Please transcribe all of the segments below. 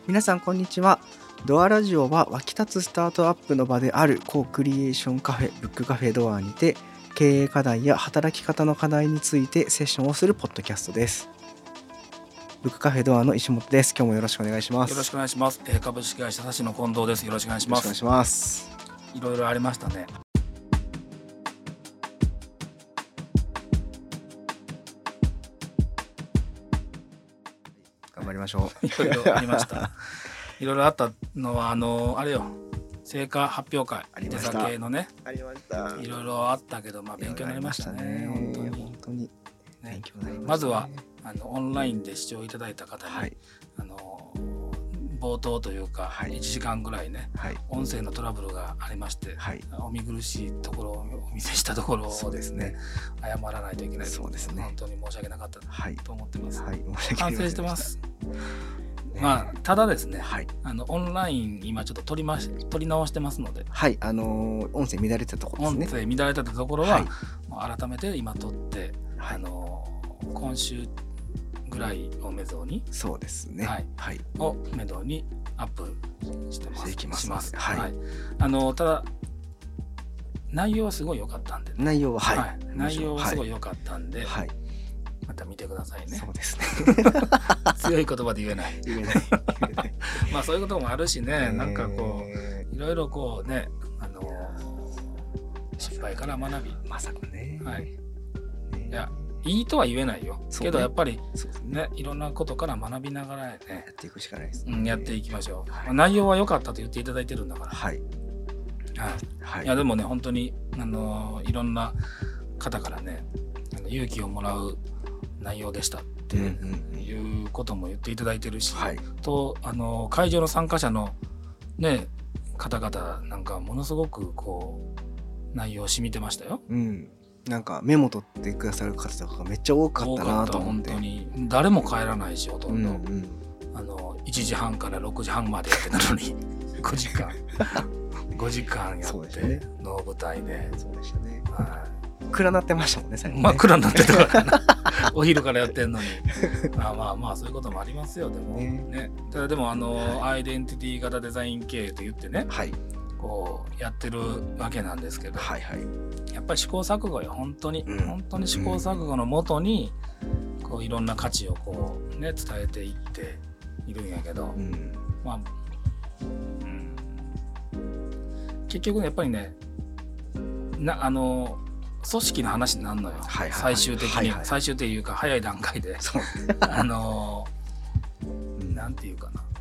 皆さんこんにちは。ドアラジオは湧き立つスタートアップの場であるコークリエーションカフェブックカフェドアにて経営課題や働き方の課題についてセッションをするポッドキャストです。ブックカフェドアの石本です。今日もよろしくお願いします。 よろしくお願いします。株式会社サシの近藤です。よろしくお願いします。 よろしくお願いします。 いろいろありましたね。 頑張りましょう。 いろいろありました。いろいろあったのはあれよ、成果発表会、手酒のね、 ありました。 いろいろあったけど、勉強になりましたね。 本当に勉強になりましたね。 まずはオンラインで視聴いただいた方に、冒頭というか、1時間ぐらいね、音声のトラブルがありまして、お見苦しいところをお見せしたところをですね、謝らないといけない。そうですね。本当に申し訳なかったと思ってます。反省してます。ただですね、オンライン今ちょっと撮り直してますので、 音声乱れたところですね。 音声乱れたところは、改めて今撮って、今週ぐらいをめどに、 そうですね、 をめどにアップしてます。ただ内容はすごい良かったんで、 内容はすごい良かったんで、また見てくださいね。 そうですね。 強い言葉で言えない。そういうこともあるしね、なんかこういろいろこうね、失敗から学び、 まさかね。 いや、いいとは言えないよ。けどやっぱりね、いろんなことから学びながらね、 やっていくしかないですね。やっていきましょう。内容は良かったと言っていただいてるんだから。いやでもね、本当にいろんな方からね、勇気をもらう内容でしたっていうことも言っていただいてるし、と会場の参加者のね方々なんかものすごくこう内容を染みてましたよ。 なんかメモ取ってくださる方とかがめっちゃ多かったなと思って。 本当に誰も帰らないし、ほとんど1時半から6時半までやってたのに5時間やって能舞台で。 そうでしたね。暗なってましたもんね、最後ね。 暗なってたからな。お昼からやってんのに。そういうこともありますよ。でもね。ただでもアイデンティティ型デザイン系と言ってね、こうやってるわけなんですけど、やっぱり試行錯誤よ。本当に試行錯誤のもとにこういろんな価値をこうね伝えていっているんやけど、結局ね、やっぱりね、組織の話になるのよ。最終的に、最終というか早い段階でなんていうかな、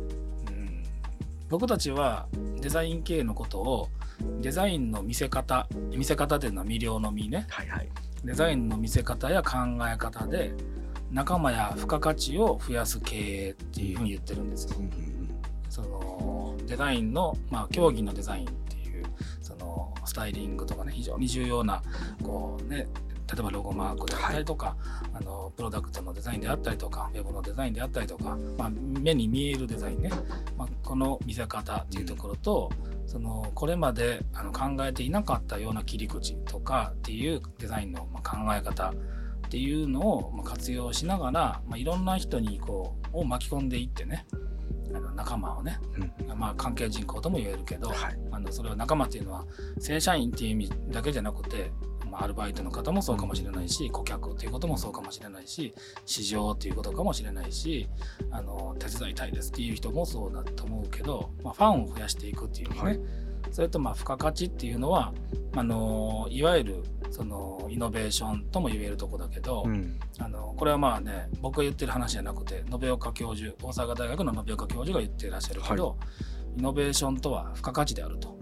僕たちはデザイン系のことをデザインの見せ方というのは魅了の見ね、デザインの見せ方や考え方で仲間や付加価値を増やす経営っていうふうに言ってるんですよ。そのデザインの、競技のデザインっていうそのスタイリングとかね、非常に重要なこうね、例えばロゴマークであったりとか、プロダクトのデザインであったりとか、ウェブのデザインであったりとか、目に見えるデザインね、この見せ方っていうところと、そのこれまで考えていなかったような切り口とかっていうデザインの考え方っていうのを活用しながら、いろんな人にこうを巻き込んでいってね、仲間をね、関係人口とも言えるけど、それは仲間っていうのは正社員っていう意味だけじゃなくて、アルバイトの方もそうかもしれないし、顧客っていうこともそうかもしれないし、市場っていうことかもしれないし、手伝いたいですっていう人もそうだと思うけど、ファンを増やしていくっていうね、それと付加価値っていうのは、いわゆるそのイノベーションとも言えるとこだけど、これは僕が言ってる話じゃなくて、大阪大学の延岡教授が言ってらっしゃるけど、イノベーションとは付加価値であると。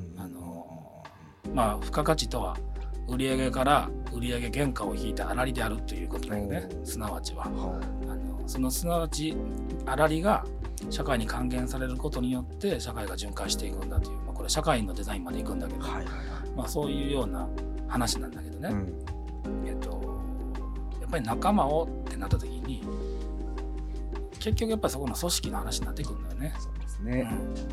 付加価値とは売上から売上原価を引いた粗利であるということだよね。すなわちは、そのすなわち粗利が社会に還元されることによって社会が循環していくんだという、これ社会のデザインまでいくんだけど、そういうような話なんだけどね、やっぱり仲間をってなった時に結局やっぱりそこの組織の話になってくるんだよね。 そうですね。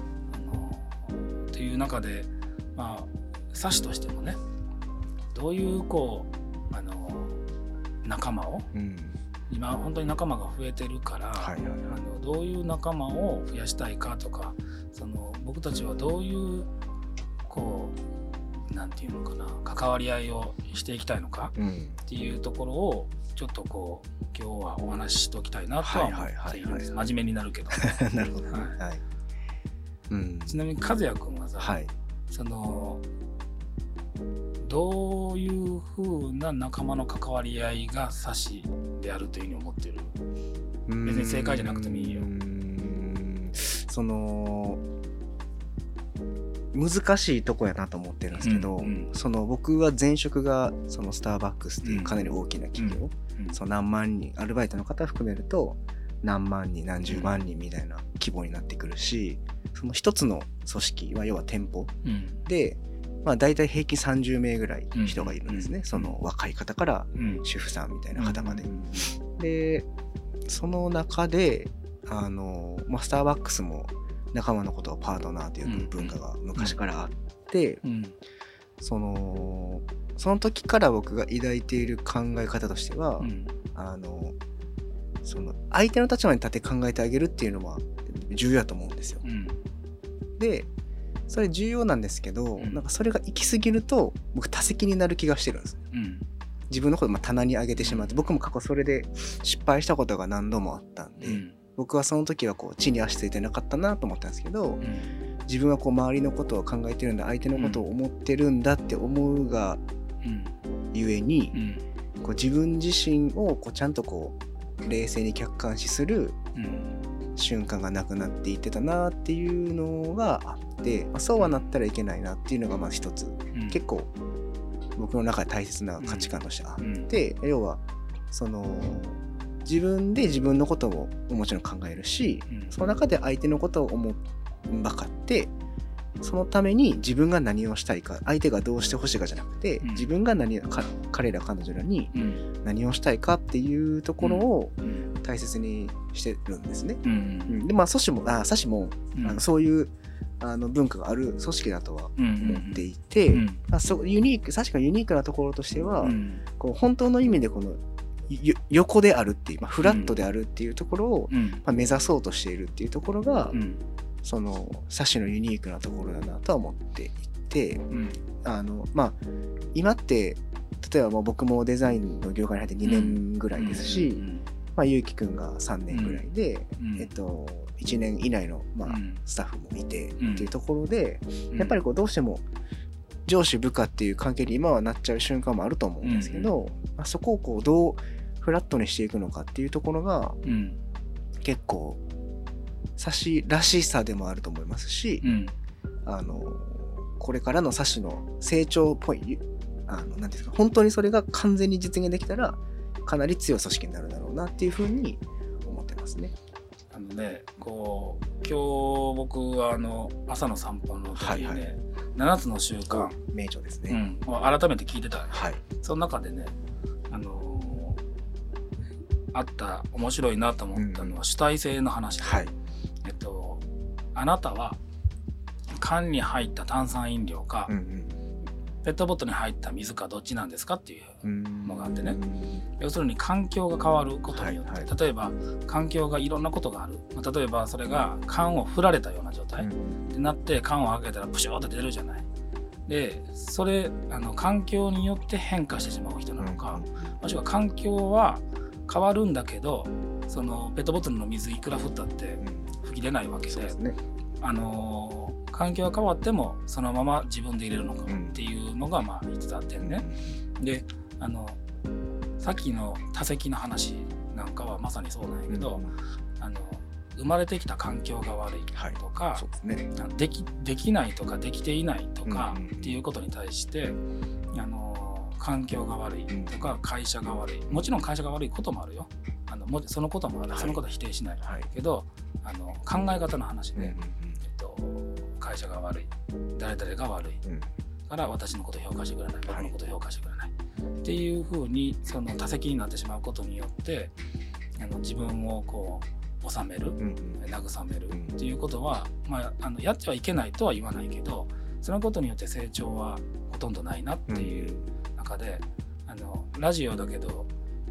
っていう中でサシとしてもね、どういうこう仲間を今本当に仲間が増えてるから、どういう仲間を増やしたいかとか、僕たちはどういうこうなんていうのかな、関わり合いをしていきたいのかっていうところをちょっとこう今日はお話ししておきたいなとは思っているんです。真面目になるけどなるほど、 ちなみに和也君はさ、どういう風な仲間の関わり合いがサシであるというふうに思ってる？別に正解じゃなくてもいいよ。 難しいとこやなと思ってるんですけど、僕は前職がスターバックスっていうかなり大きな企業、何万人アルバイトの方含めると何万人何十万人みたいな規模になってくるし、その一つの組織は要は店舗、で、だいたい平均30名ぐらい人がいるんですね、その若い方から主婦さんみたいな方まで、でその中でスターバックスも仲間のことをパートナーという文化が昔からあって、その時から僕が抱いている考え方としては、その相手の立場に立って考えてあげるっていうのは重要だと思うんですよ。でそれ重要なんですけど、なんかそれが行き過ぎると僕多責になる気がしてるんです、自分のことを棚に上げてしまって、僕も過去それで失敗したことが何度もあったんで、僕はその時はこう地に足ついてなかったなと思ったんですけど、自分はこう周りのことを考えてるんだ、相手のことを思ってるんだって思うがゆえに、こう自分自身をこうちゃんとこう冷静に客観視する瞬間がなくなっていってたなっていうのがあって、そうはなったらいけないなっていうのがまず一つ、結構僕の中で大切な価値観としてあって、要はその自分で自分のことをもちろん考えるし、その中で相手のことを分かって、そのために自分が何をしたいか、相手がどうしてほしいかじゃなくて、自分が彼ら彼女らに何をしたいかっていうところを大切にしてるんですね。でサシもそういう文化がある組織だとは思っていて、確かユニークなところとしては、こう本当の意味でこの横であるっていう、フラットであるっていうところを、目指そうとしているっていうところが、そのサシのユニークなところだなとは思っていて、今って例えば僕もデザインの業界に入って2年ぐらいですし、ゆうきくんが3年ぐらいで、1年以内のスタッフもいてっていうところで、やっぱりこうどうしても上司部下っていう関係に今はなっちゃう瞬間もあると思うんですけど、そこをこうどうフラットにしていくのかっていうところが、結構サシらしさでもあると思いますし、これからのサシの成長っぽい、なんですか、本当にそれが完全に実現できたらかなり強い組織になるだろうなっていうふうに思ってますね。 こう今日僕は朝の散歩の時にね、7つの習慣、 名著ですね、 改めて聞いてた、その中でね、あった面白いなと思ったのは主体性の話で、あなたは缶に入った炭酸飲料か、ペットボトルに入った水かどっちなんですかっていうのがあってね、要するに環境が変わることによって、例えば環境がいろんなことがある、例えばそれが缶を振られたような状態ってなって、缶を開けたらプシューって出るじゃない。でそれ環境によって変化してしまう人なのか、もしくは環境は変わるんだけど、そのペットボトルの水いくら振ったって吹き出ないわけで、環境が変わってもそのまま自分で入れるのかっていうのが一つあってね。でさっきの多責の話なんかはまさにそうなんやけど、生まれてきた環境が悪いとか、できないとかできていないとかっていうことに対して、環境が悪いとか会社が悪い、もちろん会社が悪いこともあるよ、そのこともある、そのことは否定しない、けど考え方の話で、会社が悪い、誰々が悪い、から私のことを評価してくれない、僕のことを評価してくれないっていうふうに、その多責になってしまうことによって自分をこう収める、慰めるっていうことは、やってはいけないとは言わないけど、そのことによって成長はほとんどないなっていう中で、ラジオだけど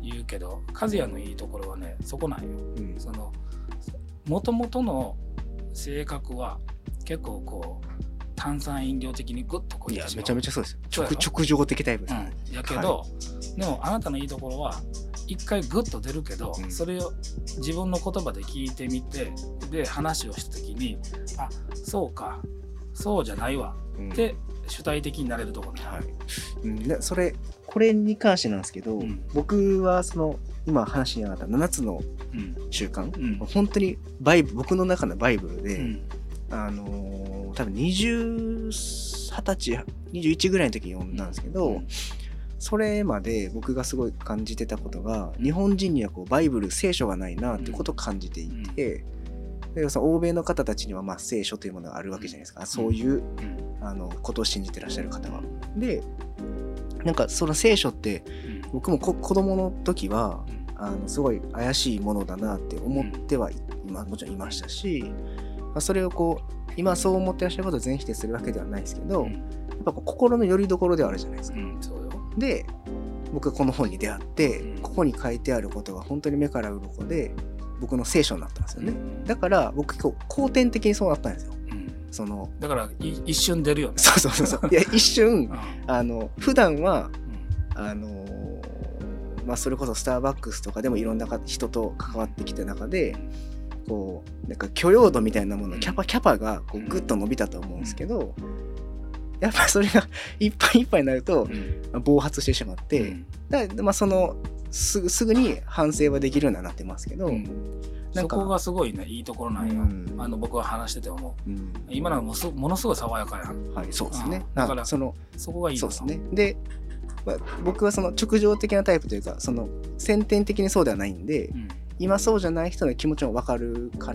言うけど、和也のいいところはねそこなんよ、その元々の性格は結構こう炭酸飲料的にグッとこういってしまう。 いやめちゃめちゃそうですよ。直情的タイプですね、 やけど、でもあなたのいいところは一回グッと出るけど、それを自分の言葉で聞いてみて、で話をした時に、あ、そうか、そうじゃないわって主体的になれるところね。 これに関してなんですけど、僕はその今話に上がった7つの習慣、本当に僕の中のバイブルで、多分20歳21ぐらいの時に読んだんですけど、それまで僕がすごい感じてたことが、日本人にはこうバイブル聖書がないなっていうことを感じていて、でその欧米の方たちにはまあ聖書というものがあるわけじゃないですか、そういうことを信じてらっしゃる方は。でなんかその聖書って僕も子供の時はすごい怪しいものだなって思ってはもちろんいましたし、それをこう今そう思ってらっしゃることを全否定するわけではないですけど、やっぱ心の拠り所ではあるじゃないですか。 そうよ。 で僕がこの本に出会って、ここに書いてあることが本当に目から鱗で僕の聖書になったんですよね。だから僕結構後天的にそうなったんですよ。 だから一瞬出るよね。 そういや一瞬普段はそれこそスターバックスとかでもいろんな人と関わってきた中で、こうなんか許容度みたいなもの、キャパがこうグッと伸びたと思うんですけど、やっぱりそれがいっぱいいっぱいになると暴発してしまって、すぐに反省はできるようになってますけど、 そこがすごいね、いいところなんよ。僕は話してて思う。今のはものすごい爽やかやん。 はい、そうですね。 だからそこがいいの。 そうですね。で、僕はその直情的なタイプというか、その先天的にそうではないんで、今そうじゃない人の気持ちも分かるから、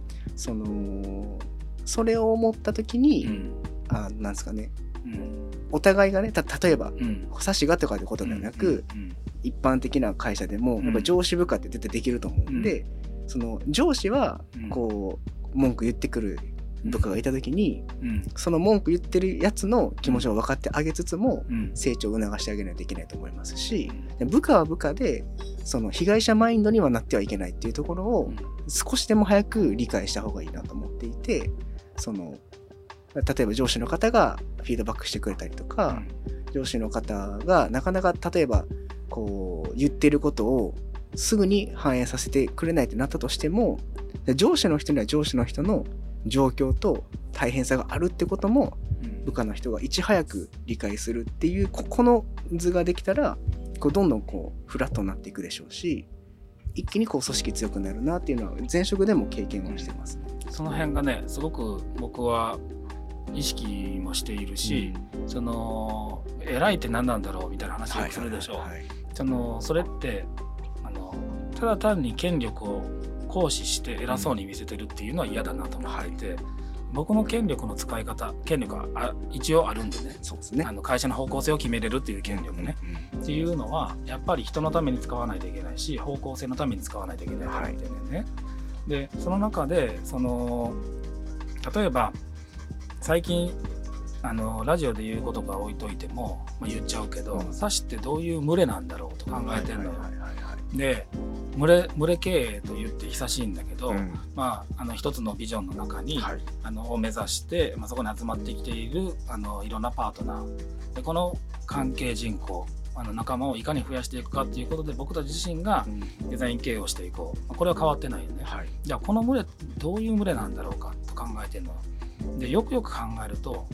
それを思った時に、なんですかね、お互いがね、例えば差しがとかいうことではなく、一般的な会社でもやっぱ上司部下って絶対できると思うんで、その上司はこう文句言ってくる部下がいた時に、その文句言ってるやつの気持ちを分かってあげつつも成長を促してあげないといけないと思いますし、部下は部下でその被害者マインドにはなってはいけないっていうところを少しでも早く理解した方がいいなと思っていて、例えば上司の方がフィードバックしてくれたりとか、上司の方がなかなか例えばこう言ってることをすぐに反映させてくれないってなったとしても、上司の人には上司の人の状況と大変さがあるってことも部下の人がいち早く理解するっていう、この図ができたらこうどんどんこうフラットになっていくでしょうし、一気にこう組織強くなるなっていうのは前職でも経験をしてます。 その辺がねすごく僕は意識もしているし、その偉いって何なんだろうみたいな話をするでしょう。それってただ単に権力を行使して偉そうに見せてるっていうのは嫌だなと思っていて、僕の権力の使い方、権力は一応あるんでね、そうですね、会社の方向性を決めれるっていう権力ね、っていうのはやっぱり人のために使わないといけないし、方向性のために使わないといけないと思ってね、でその中で例えば最近ラジオで言うことが置いといても、言っちゃうけど、サシってどういう群れなんだろうと考えてるのよ。で群れ経営と言って久しいんだけど、一つのビジョンの中に、を目指して、そこに集まってきているいろんなパートナーで、この関係人口仲間をいかに増やしていくかっていうことで、僕たち自身がデザイン経営をしていこう。これは変わってないよね。じゃあこの群れどういう群れなんだろうかと考えてるので、よくよく考えると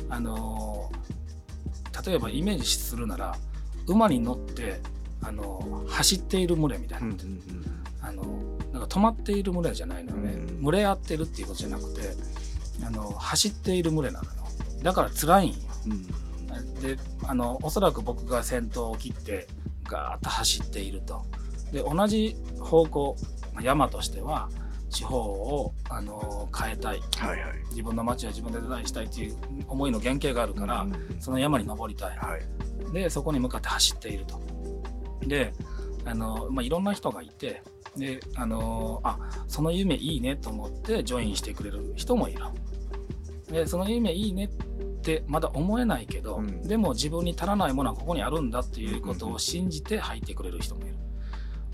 例えばイメージするなら、馬に乗って走っている群れみたいな、なんか止まっている群れじゃないのよね、群れ合ってるっていうことじゃなくて走っている群れなのよ。だから辛いんよ、でおそらく僕が先頭を切ってガーッと走っていると。で同じ方向、山としては地方を変えたい、自分の街は自分でデザインしたいという思いの原型があるから、その山に登りたい、でそこに向かって走っていると。でいろんな人がいて、でその夢いいねと思ってジョインしてくれる人もいる。でその夢いいねってまだ思えないけど、でも自分に足らないものはここにあるんだっていうことを信じて入ってくれる人もいる。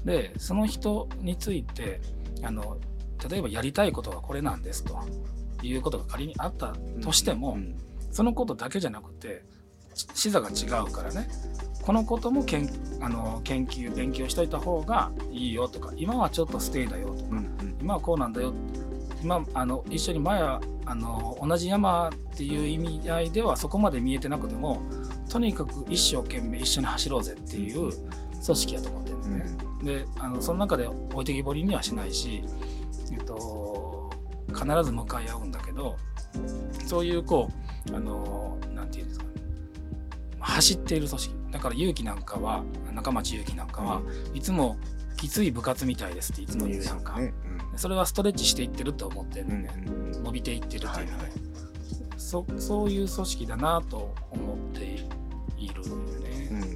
でその人について例えばやりたいことがこれなんですということが仮にあったとしても、そのことだけじゃなくて視座が違うからね、このことも勉強しといた方がいいよとか、今はちょっとステイだよとか、今はこうなんだよ、今一緒に前は同じ山っていう意味合いではそこまで見えてなくても、とにかく一生懸命一緒に走ろうぜっていう組織やと思ってるんですね。でその中で置いてきぼりにはしないし、必ず向かい合うんだけど、そういうなんていうんですかね、走っている組織だから、勇気なんかは中町勇気なんかはいつもきつい部活みたいですっていつも言うやんか、それはストレッチしていってるって思ってるんで、伸びていってるっていうので、そういう組織だなと思っているよね。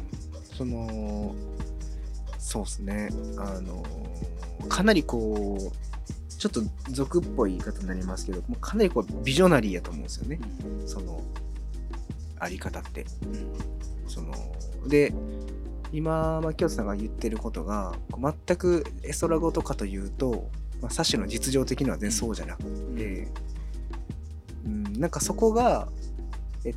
そうですね、かなりこうちょっと俗っぽい言い方になりますけど、もうかなりこうビジョナリーやと思うんですよね、そのあり方って。で今清津さんが言ってることが全く絵空事かというと、サシの実情的には全然そうじゃなくて、なんかそこがなん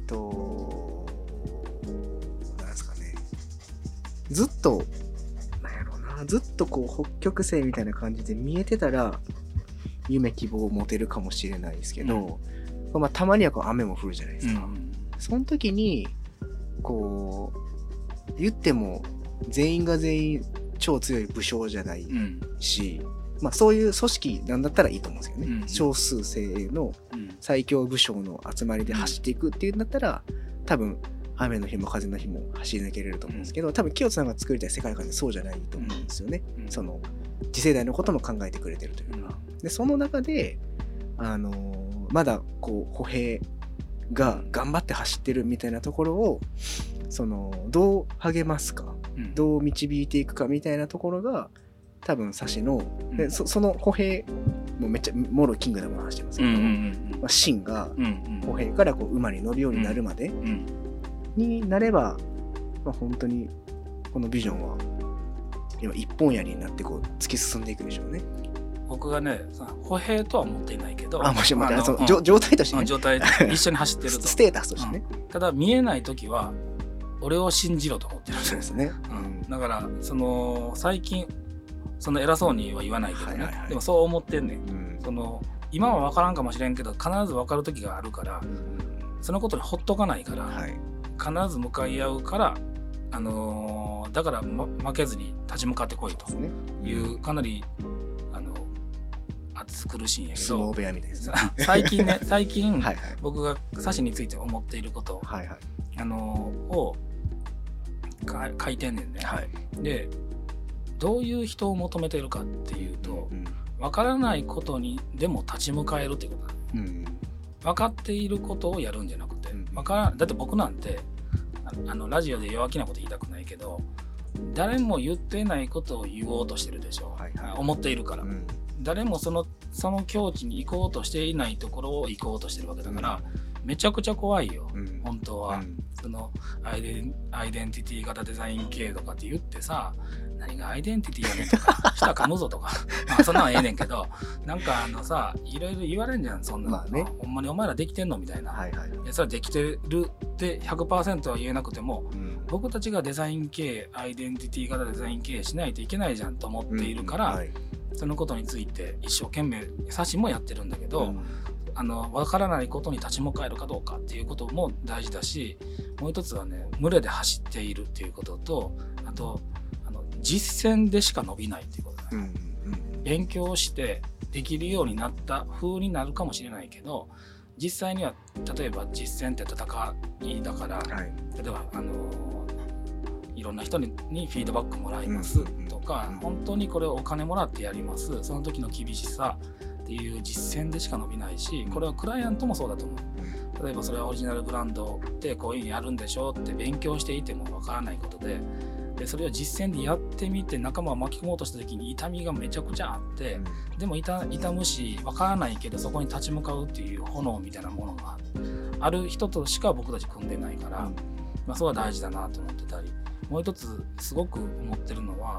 ですかね、ずっとこう北極星みたいな感じで見えてたら夢希望を持てるかもしれないですけど、たまにはこう雨も降るじゃないですか、その時にこう言っても全員が全員超強い武将じゃないし、そういう組織なんだったらいいと思うんですよね、少数精鋭の最強武将の集まりで走っていくっていうんだったら、多分雨の日も風の日も走り抜けれると思うんですけど、多分清津さんが作りたい世界観でそうじゃないと思うんですよね、その次世代のことも考えてくれてるというか、でその中でまだこう歩兵が頑張って走ってるみたいなところをどう励ますか、どう導いていくかみたいなところが多分サシの、でその歩兵もめっちゃもろキングダムの話してますけど、シンが歩兵からこう馬に乗るようになるまでになれば、本当にこのビジョンは今一本槍になってこう突き進んでいくでしょうね。 僕がね、歩兵とは思っていないけど、 状態としてね、 状態一緒に走ってるとステータスとしてね、 ただ見えない時は俺を信じろと思ってるんですね。 だから最近偉そうには言わないけどね、でもそう思ってんねん、今は分からんかもしれんけど必ず分かる時があるから、そのことにほっとかないから、必ず向かい合うから、だから、負けずに立ち向かってこいという、かなり暑苦しいんやけど、 相撲部屋みたいですね。 最近僕がサシについて思っていることを書いてんねんね。でどういう人を求めているかっていうと、分からないことにでも立ち向かえるっていうことだ、分かっていることをやるんじゃなくて、だって僕なんてラジオで弱気なこと言いたくないけど、誰も言ってないことを言おうとしてるでしょ、思っているから、誰もその境地に行こうとしていないところを行こうとしてるわけだから、めちゃくちゃ怖いよ、本当は。アイデンティティ型デザイン系とかって言ってさ、何がアイデンティティやねんとか舌噛むぞとかそんなのはええねんけど、なんかいろいろ言われんじゃん、そんなの、ほんまにお前らできてんのみたいな、それはできてるって 100% は言えなくても、僕たちがデザイン系アイデンティティ型デザイン系しないといけないじゃんと思っているから、そのことについて一生懸命サシもやってるんだけど、分からないことに立ち向かえるかどうかっていうことも大事だし、もう一つはね、群れで走っているっていうことと、あと実践でしか伸びないっていうことだね、勉強してできるようになった風になるかもしれないけど、実際には例えば実践って戦いだから、例えばいろんな人にフィードバックもらいますとか、本当にこれをお金もらってやります、その時の厳しさっていう実践でしか伸びないし、これはクライアントもそうだと思う。例えばそれはオリジナルブランドってこういうふうにやるんでしょって勉強していてもわからないことで、それを実践でやってみて仲間を巻き込もうとした時に痛みがめちゃくちゃあって、でも痛むしわからないけどそこに立ち向かうっていう炎みたいなものがある人としか僕たち組んでないから、それは大事だなと思ってたり、もう一つすごく思ってるのは、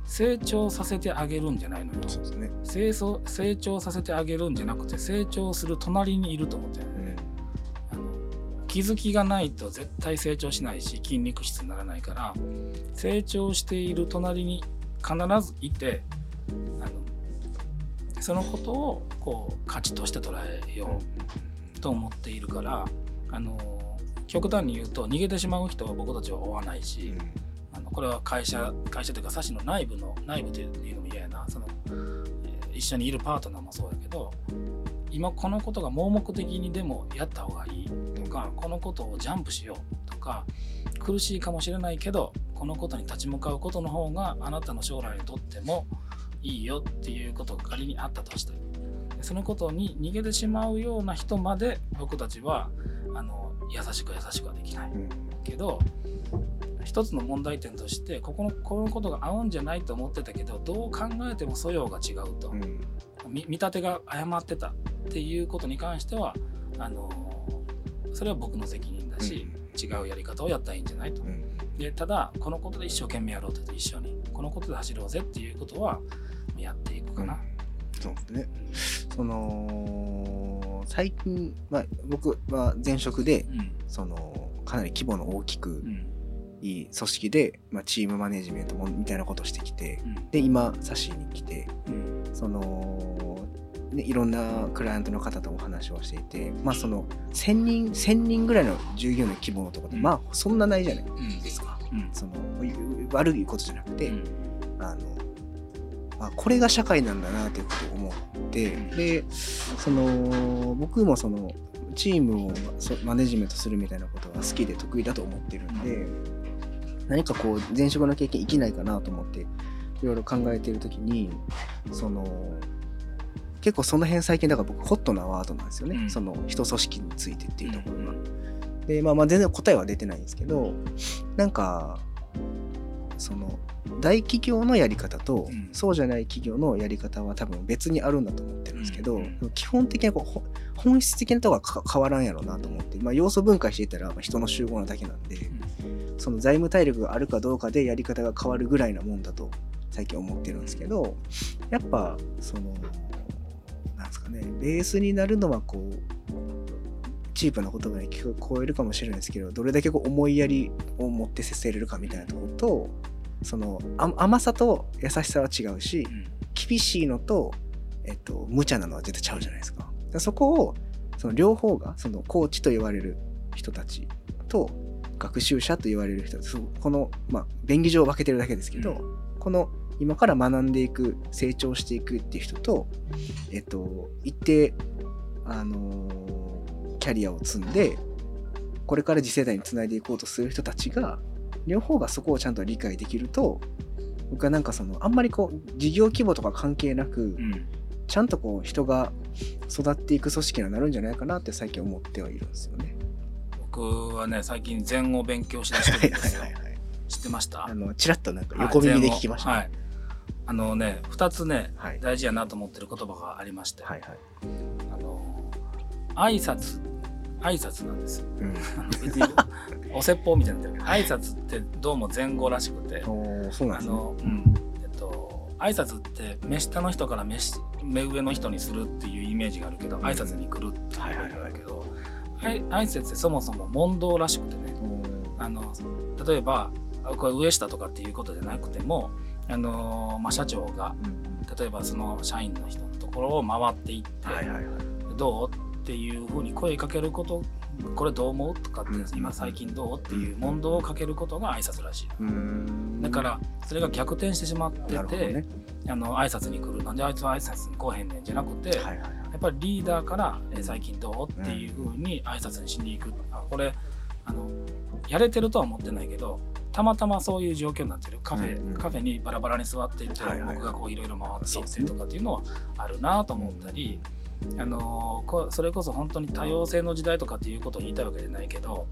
成長させてあげるんじゃないのよ。 そうですね。 成長させてあげるんじゃなくて成長する隣にいると思ってる、気づきがないと絶対成長しないし筋肉質にならないから、成長している隣に必ずいて、そのことをこう価値として捉えようと思っているから、極端に言うと逃げてしまう人は僕たちは追わないし、これは会社というかサシの内部というのも嫌やな、一緒にいるパートナーもそうだけど、今このことが盲目的にでもやった方がいいとか、このことをジャンプしようとか、苦しいかもしれないけどこのことに立ち向かうことの方があなたの将来にとってもいいよっていうことが仮にあったとして、そのことに逃げてしまうような人まで僕たちは優しくはできないけど、一つの問題点としてこのことが合うんじゃないと思ってたけど、どう考えても素養が違うと、見立てが誤ってたっていうことに関してはそれは僕の責任だし、違うやり方をやったらいいんじゃないと、でただこのことで一生懸命やろうと、一緒にこのことで走ろうぜっていうことはやっていくかな。 そうですね。最近、僕は前職で、かなり規模の大きく、いい組織で、チームマネジメントみたいなことをしてきて、で今サシに来て、いろんなクライアントの方とも話をしていて、1000人ぐらいの従業員の規模のところで、そんなないじゃないですか。悪いことじゃなくて、これが社会なんだなということを思って、で僕もチームをマネジメントするみたいなことが好きで得意だと思ってるんで、何かこう前職の経験生きないかなと思っていろいろ考えているときに、結構その辺最近だから僕ホットなワードなんですよね、人組織についてっていうところが。で全然答えは出てないんですけど、なんか大企業のやり方と、そうじゃない企業のやり方は多分別にあるんだと思ってるんですけど、基本的に本質的なところは変わらんやろうなと思って、要素分解していったら人の集合なだけなんで、財務体力があるかどうかでやり方が変わるぐらいなもんだと最近思ってるんですけど、やっぱなんですかね、ベースになるのはチープな言葉に聞こえるかもしれないですけど、どれだけ思いやりを持って接せれるかみたいなところと、甘さと優しさは違うし、厳しいのと、無茶なのは絶対ちゃうじゃないですか。そこを両方がコーチと言われる人たちと学習者と言われる人たち、この便宜上分けてるだけですけど、この今から学んでいく、成長していくっていう人と、一定キャリアを積んでこれから次世代につないでいこうとする人たちが、両方がそこをちゃんと理解できると、僕はなんかあんまり事業規模とか関係なく、ちゃんと人が育っていく組織になるんじゃないかなって最近思ってはいるんですよね。 僕はね、最近禅を勉強しだしてるんですよ。知ってました？ ちらっとなんか横耳で聞きました。 2つね、大事やなと思ってる言葉がありまして、挨拶なんですよ。別にお説法みたいになってるけど、挨拶ってどうも前後らしくて、 そうなんですね。 挨拶って目下の人から目上の人にするっていうイメージがあるけど、挨拶に来るっていうことだけど、挨拶ってそもそも問答らしくてね、例えばこれ上下とかっていうことじゃなくても、社長が例えばその社員の人のところを回っていって、どうっていうふうに声かけること、これどう思うとかって、今最近どうっていう問答をかけることが挨拶らしい。だからそれが逆転してしまってて、挨拶に来る、なんであいつは挨拶に来へんねんじゃなくて、やっぱりリーダーから最近どうっていうふうに挨拶にしに行く。これやれてるとは思ってないけど、たまたまそういう状況になってる。カフェにバラバラに座っていて、僕がいろいろ回っていってとかっていうのはあるなと思ったり、それこそ本当に多様性の時代とかっていうことを言いたいわけじゃないけど、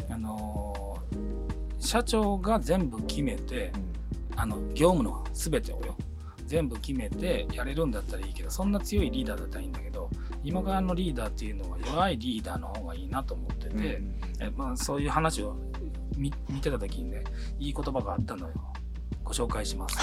社長が全部決めて、業務の全てを全部決めてやれるんだったらいいけど、そんな強いリーダーだったらいいんだけど、今からのリーダーっていうのは弱いリーダーの方がいいなと思ってて、そういう話を見てた時にね、いい言葉があったのよ。 ご紹介します。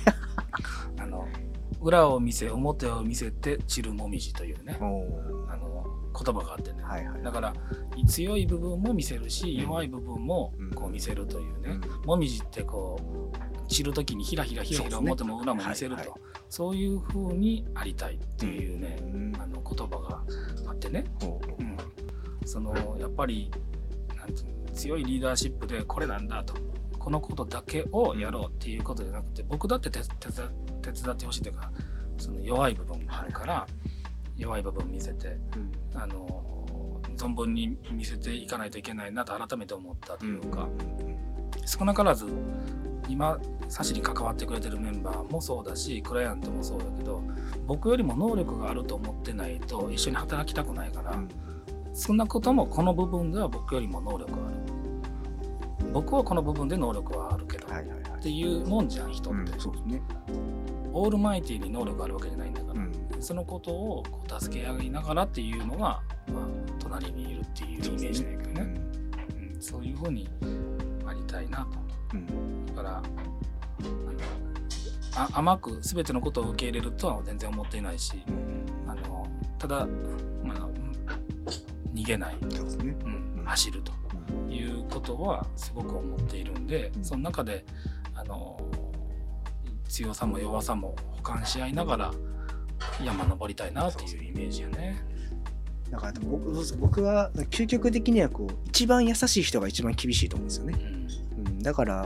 裏を見せ表を見せて散るもみじというね言葉があってね、はいはい、だから強い部分も見せるし、弱い部分もこう見せるというね、もみじってこう散る時にひらひら表も裏も見せると、はいはい、そういう風にありたいっていうね、言葉があってね、やっぱりなんていうの、強いリーダーシップでこれなんだと、このことだけをやろうっていうことじゃなくて、僕だって手伝ってほしいというか、その弱い部分があるから、弱い部分見せて、存分に見せていかないといけないなと改めて思ったというか、少なからず今サシに関わってくれてるメンバーもそうだし、クライアントもそうだけど、僕よりも能力があると思ってないと一緒に働きたくないから、少なくともこの部分では僕よりも能力がある、僕はこの部分で能力はあるけど、っていうもんじゃん、人って、そうですね、オールマイティに能力があるわけじゃないんだから、そのことをこう助け合いながらっていうのが、隣にいるっていうイメージだけどね、そういうふうにありたいなと、だから甘く全てのことを受け入れるとは全然思っていないし、ただ、逃げない、走るということはすごく思っているんで、その中で強さも弱さも補完し合いながら山登りたいなっていうイメージやね。 だから僕は究極的にはこう一番優しい人が一番厳しいと思うんですよね、だから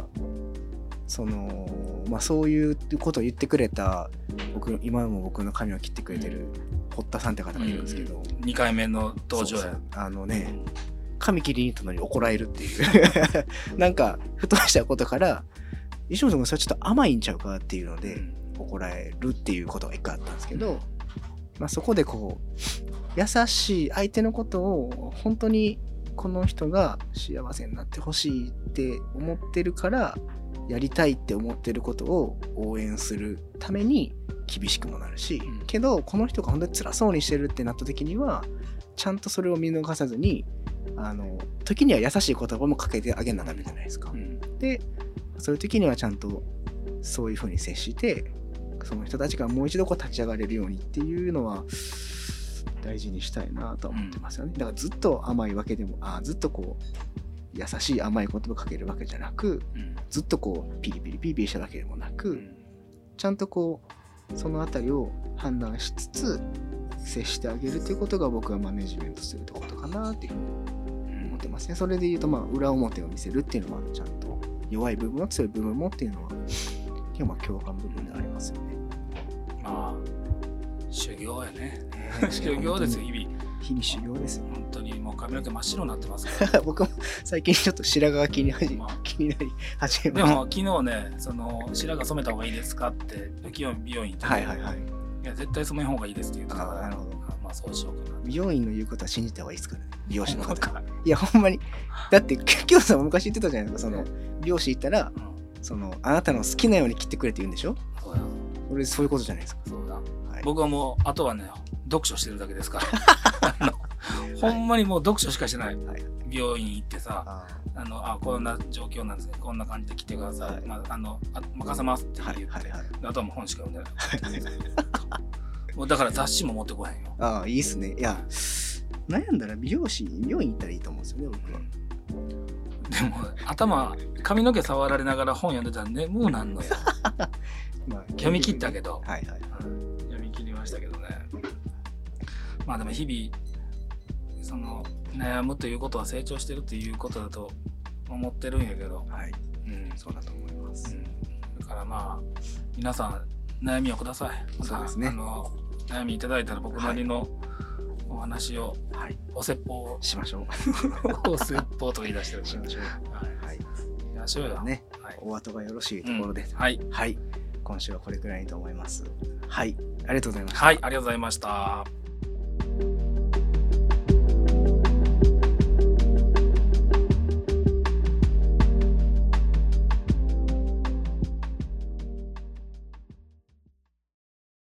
そういうことを言ってくれた今も僕の髪を切ってくれてる堀田さんって方がいるんですけど、 2回目の登場や。 髪切りに行ったのに怒られるっていうなんかふとしたことから石本さんがそれちょっと甘いんちゃうかっていうので怒られるっていうことが一回あったんですけど、そこでこう優しい相手のことを本当にこの人が幸せになってほしいって思ってるからやりたいって思ってることを応援するために厳しくもなるし、けどこの人が本当に辛そうにしてるってなった時にはちゃんとそれを見逃さずに時には優しい言葉もかけてあげなきゃダメじゃないですか、でそういう時にはちゃんとそういう風に接してその人たちがもう一度こう立ち上がれるようにっていうのは大事にしたいなと思ってますよね。だからずっと甘いわけでもずっとこう優しい甘い言葉かけるわけじゃなく、ずっとこうピリピリピリピリしただけでもなく、ちゃんとこうそのあたりを判断しつつ接してあげるということが僕はマネジメントするところかなっていうふうに思ってますね。それで言うと裏表を見せるっていうのはちゃんと弱い部分は強い部分もっていうのは共感部分でありますよね。 修行やね。修行ですよ、日々 修行ですよ。 本当にもう髪の毛真っ白になってますから僕も最近ちょっと白髪が気になり始めました。 でも昨日ね、白髪染めた方がいいですかって美容院行って、いや絶対染めん方がいいですって言ってたから、なるほど、そうしようかな。 美容院の言うことは信じた方がいいですからね、美容師の方から。いやほんまに、だって今日さんも昔言ってたじゃないですか、美容師行ったら、あなたの好きなように切ってくれって言うんでしょ。そういうことじゃないですか。そうだ、 僕はもうあとはね読書してるだけですからほんまにもう読書しかしてない、美容院行ってさ、こんな状況なんですね、こんな感じで来てください、任せますって言って、あとはもう本しか読んでないもうだから雑誌も持ってこへんよ。 いいっすね。いや悩んだら美容院行ったらいいと思うんですよね、僕は。 でも髪の毛触られながら本読んでたら眠うなんのよ読み切ったけど、読み切りましたけどね。でも日々悩むということは成長してるということだと思ってるんやけど、 そうだと思います、 だから皆さん悩みをください。 そうですね。 悩みいただいたら僕なりのお話を、お説法をしましょうお説法とか言い出してるしましょう。 しましょうよね。 お後がよろしいところで、 はい、 今週はこれくらいと思います。ありがとうございました。 ありがとうございました。